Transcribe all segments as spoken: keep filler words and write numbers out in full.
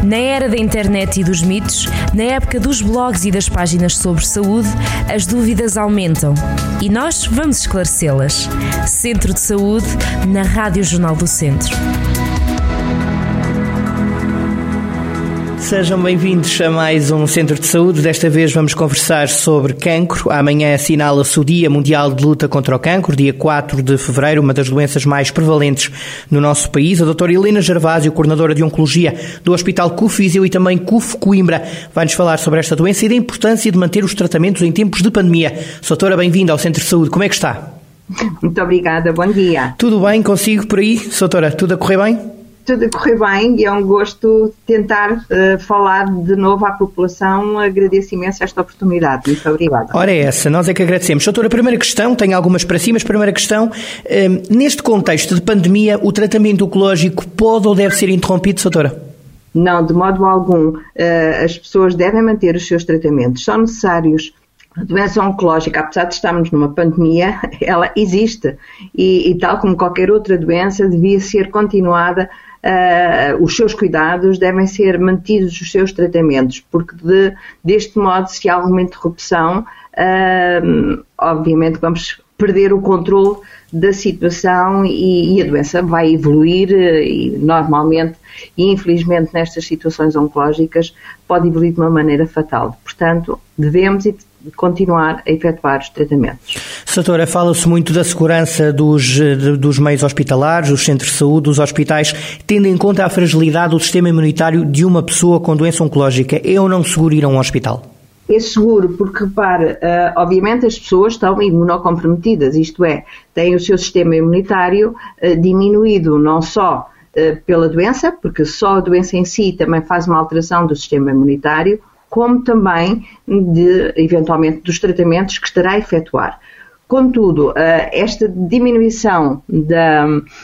Na era da internet e dos mitos, na época dos blogs e das páginas sobre saúde, as dúvidas aumentam. E nós vamos esclarecê-las. Centro de Saúde, na Rádio Jornal do Centro. Sejam bem-vindos a mais um Centro de Saúde. Desta vez vamos conversar sobre cancro. Amanhã assinala-se o Dia Mundial de Luta contra o Cancro, dia quatro de fevereiro, uma das doenças mais prevalentes no nosso país. A doutora Helena Gervásio, coordenadora de Oncologia do Hospital C U F Viseu e também C U F Coimbra, vai-nos falar sobre esta doença e da importância de manter os tratamentos em tempos de pandemia. Doutora, bem-vinda ao Centro de Saúde. Como é que está? Muito obrigada, bom dia. Tudo bem consigo por aí, doutora? Tudo a correr bem? Tudo a correr bem e é um gosto tentar uh, falar de novo à população. Agradeço imenso esta oportunidade. Muito obrigada. Ora é essa, nós é que agradecemos. Doutora, a primeira questão, tenho algumas para si, mas a primeira questão, um, neste contexto de pandemia, o tratamento oncológico pode ou deve ser interrompido, doutora? Não, de modo algum. Uh, as pessoas devem manter os seus tratamentos. São necessários. A doença oncológica, apesar de estarmos numa pandemia, ela existe e, e tal como qualquer outra doença, devia ser continuada. Uh, os seus cuidados devem ser mantidos, os seus tratamentos, porque de, deste modo, se há alguma interrupção, uh, obviamente vamos perder o controle da situação e, e a doença vai evoluir e normalmente e infelizmente nestas situações oncológicas pode evoluir de uma maneira fatal. Portanto, devemos continuar a efetuar os tratamentos. Doutora, fala-se muito da segurança dos, dos meios hospitalares, dos centros de saúde, dos hospitais, tendo em conta a fragilidade do sistema imunitário de uma pessoa com doença oncológica. É ou não seguro ir a um hospital? É seguro porque, repare, uh, obviamente as pessoas estão imunocomprometidas, isto é, têm o seu sistema imunitário uh, diminuído não só uh, pela doença, porque só a doença em si também faz uma alteração do sistema imunitário, como também, de, eventualmente, dos tratamentos que estará a efetuar. Contudo, uh, esta diminuição da,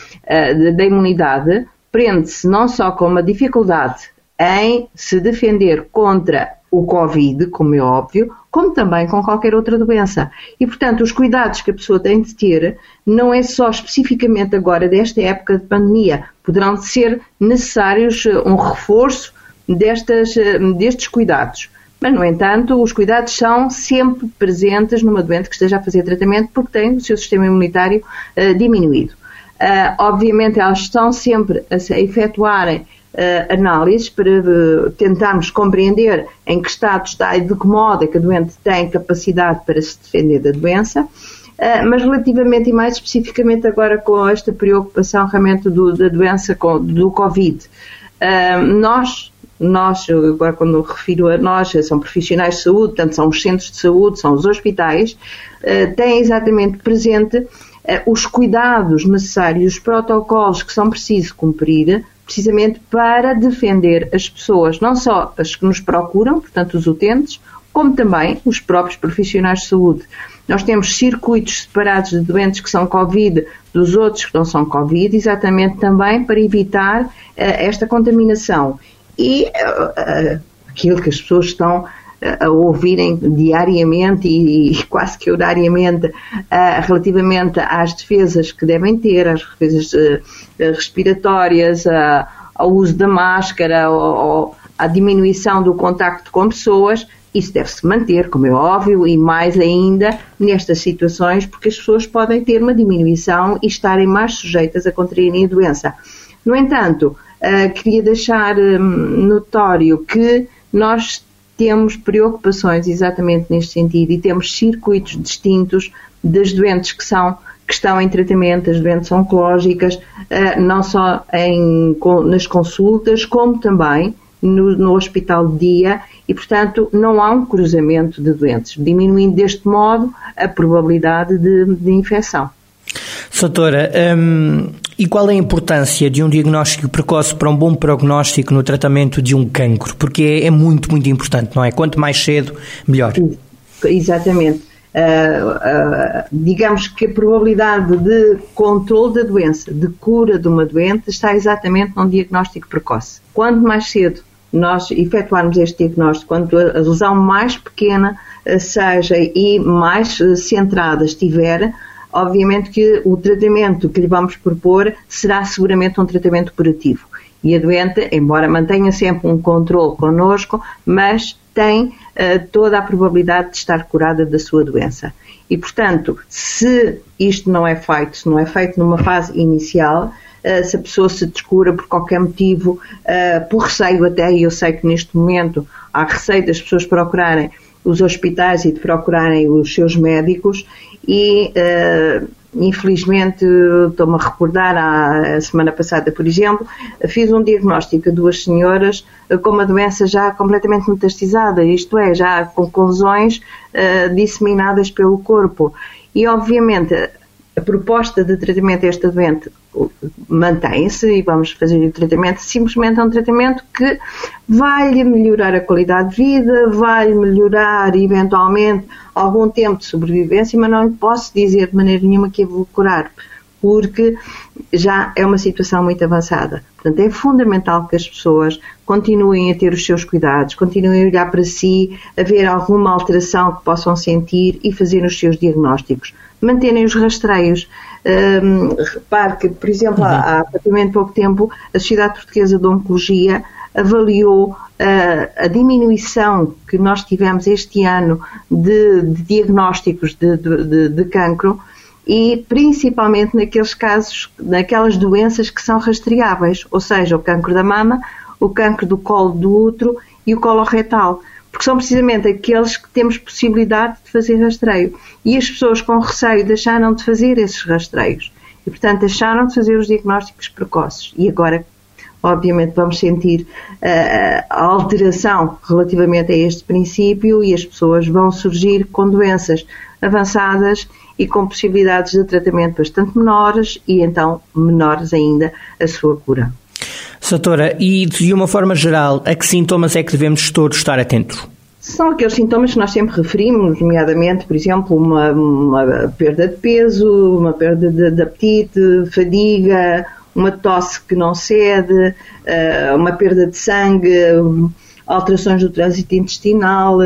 uh, da imunidade prende-se não só com uma dificuldade em se defender contra o Covid, como é óbvio, como também com qualquer outra doença. E, portanto, os cuidados que a pessoa tem de ter não é só especificamente agora desta época de pandemia. Poderão ser necessários um reforço destas, destes cuidados. Mas, no entanto, os cuidados são sempre presentes numa doente que esteja a fazer tratamento porque tem o seu sistema imunitário uh, diminuído. Uh, obviamente, elas estão sempre a, a efetuarem uh, análises para uh, tentarmos compreender em que estado está e de que modo é que a doente tem capacidade para se defender da doença. Uh, mas relativamente e mais especificamente agora com esta preocupação realmente do, da doença com, do Covid, uh, nós Nós, agora quando me refiro a nós, são profissionais de saúde, portanto são os centros de saúde, são os hospitais, têm exatamente presente os cuidados necessários, os protocolos que são precisos cumprir, precisamente para defender as pessoas, não só as que nos procuram, portanto os utentes, como também os próprios profissionais de saúde. Nós temos circuitos separados de doentes que são Covid dos outros que não são Covid, exatamente também para evitar esta contaminação. E uh, aquilo que as pessoas estão uh, a ouvirem diariamente e, e quase que horariamente uh, relativamente às defesas que devem ter, às defesas uh, respiratórias, uh, ao uso da máscara, ou, à diminuição do contacto com pessoas, isso deve-se manter, como é óbvio, e mais ainda nestas situações, porque as pessoas podem ter uma diminuição e estarem mais sujeitas a contraírem a doença. No entanto, Uh, queria deixar um, notório que nós temos preocupações exatamente neste sentido e temos circuitos distintos das doentes que, são, que estão em tratamento, as doentes oncológicas, uh, não só em, com, nas consultas, como também no, no hospital de dia e, portanto, não há um cruzamento de doentes, diminuindo deste modo a probabilidade de, de infecção. Doutora, um, e qual é a importância de um diagnóstico precoce para um bom prognóstico no tratamento de um cancro? Porque é, é muito, muito importante, não é? Quanto mais cedo, melhor. Exatamente. Uh, uh, digamos que a probabilidade de controle da doença, de cura de uma doente, está exatamente num diagnóstico precoce. Quanto mais cedo nós efetuarmos este diagnóstico, quanto a lesão mais pequena uh, seja e mais uh, centrada estiver, obviamente que o tratamento que lhe vamos propor será seguramente um tratamento curativo. E a doente, embora mantenha sempre um controle connosco, mas tem uh, toda a probabilidade de estar curada da sua doença. E, portanto, se isto não é feito, se não é feito numa fase inicial, uh, se a pessoa se descura por qualquer motivo, uh, por receio até, e eu sei que neste momento há receio das pessoas procurarem os hospitais e de procurarem os seus médicos, e uh, infelizmente estou-me a recordar, a semana passada, por exemplo, fiz um diagnóstico a duas senhoras com uma doença já completamente metastizada, isto é, já com lesões uh, disseminadas pelo corpo, e obviamente a proposta de tratamento a esta doente mantém-se e vamos fazer o tratamento, simplesmente é um tratamento que vai-lhe melhorar a qualidade de vida, vai-lhe melhorar eventualmente algum tempo de sobrevivência, mas não lhe posso dizer de maneira nenhuma que a vou curar, porque já é uma situação muito avançada. Portanto, é fundamental que as pessoas continuem a ter os seus cuidados, continuem a olhar para si, a ver alguma alteração que possam sentir e fazer os seus diagnósticos. Manterem os rastreios. Um, repare que, por exemplo, uhum. há, há praticamente pouco tempo, a Sociedade Portuguesa de Oncologia avaliou uh, a diminuição que nós tivemos este ano de, de diagnósticos de, de, de, de cancro, e principalmente naqueles casos, naquelas doenças que são rastreáveis, ou seja, o cancro da mama, o cancro do colo do útero e o coloretal, porque são precisamente aqueles que temos possibilidade de fazer rastreio. E as pessoas com receio deixaram de fazer esses rastreios e, portanto, deixaram de fazer os diagnósticos precoces. E agora, obviamente, vamos sentir uh, a alteração relativamente a este princípio, e as pessoas vão surgir com doenças avançadas e com possibilidades de tratamento bastante menores, e então menores ainda a sua cura. Doutora, e de uma forma geral, a que sintomas é que devemos todos estar atentos? São aqueles sintomas que nós sempre referimos, nomeadamente, por exemplo, uma, uma perda de peso, uma perda de, de apetite, fadiga, uma tosse que não cede, uma perda de sangue, alterações do trânsito intestinal.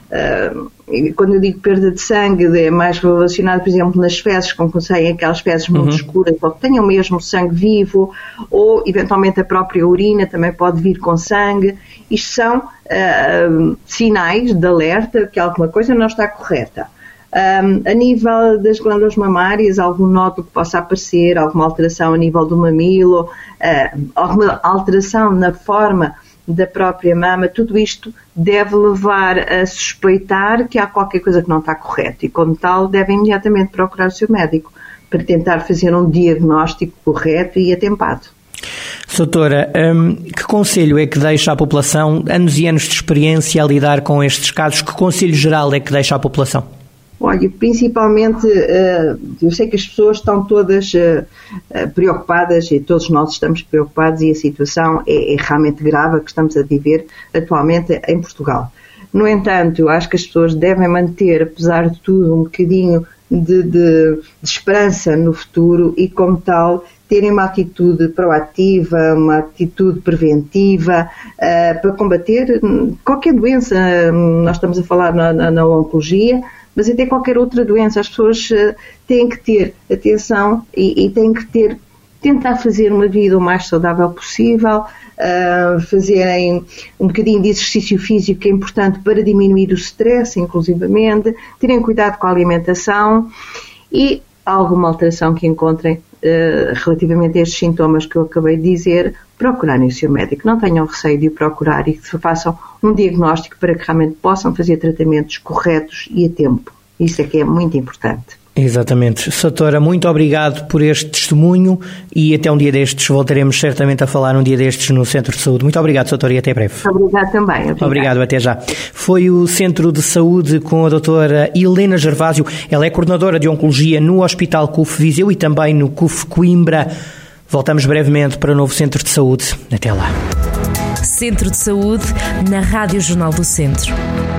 Quando eu digo perda de sangue, é mais relacionado, por exemplo, nas fezes, com que saem aquelas fezes muito uhum. escuras, ou que tenham mesmo sangue vivo, ou eventualmente a própria urina também pode vir com sangue. Isto são uh, sinais de alerta que alguma coisa não está correta. Um, a nível das glândulas mamárias, algum nódulo que possa aparecer, alguma alteração a nível do mamilo, uh, alguma alteração na forma da própria mama, tudo isto deve levar a suspeitar que há qualquer coisa que não está correta, e como tal deve imediatamente procurar o seu médico para tentar fazer um diagnóstico correto e atempado. Doutora, um, que conselho é que deixa à população, anos e anos de experiência a lidar com estes casos, que conselho geral é que deixa à população? Olha, principalmente, eu sei que as pessoas estão todas preocupadas, e todos nós estamos preocupados, e a situação é, é realmente grave a que estamos a viver atualmente em Portugal. No entanto, eu acho que as pessoas devem manter, apesar de tudo, um bocadinho de, de, de esperança no futuro, e como tal terem uma atitude proativa, uma atitude preventiva uh, para combater qualquer doença. Nós estamos a falar na, na, na oncologia, mas até qualquer outra doença. As pessoas uh, têm que ter atenção e, e têm que ter, tentar fazer uma vida o mais saudável possível, uh, fazerem um bocadinho de exercício físico, que é importante para diminuir o stress, inclusivamente, terem cuidado com a alimentação, e alguma alteração que encontrem uh, relativamente a estes sintomas que eu acabei de dizer, procurarem o seu médico. Não tenham receio de o procurar, e que façam um diagnóstico para que realmente possam fazer tratamentos corretos e a tempo. Isso é que é muito importante. Exatamente. Doutora, muito obrigado por este testemunho, e até um dia destes voltaremos certamente a falar um dia destes no Centro de Saúde. Muito obrigado, doutora, e até breve. Obrigado também. Obrigado. Obrigado, até já. Foi o Centro de Saúde com a doutora Helena Gervásio. Ela é coordenadora de Oncologia no Hospital C U F Viseu e também no C U F Coimbra. Voltamos brevemente para o novo Centro de Saúde. Até lá. Centro de Saúde, na Rádio Jornal do Centro.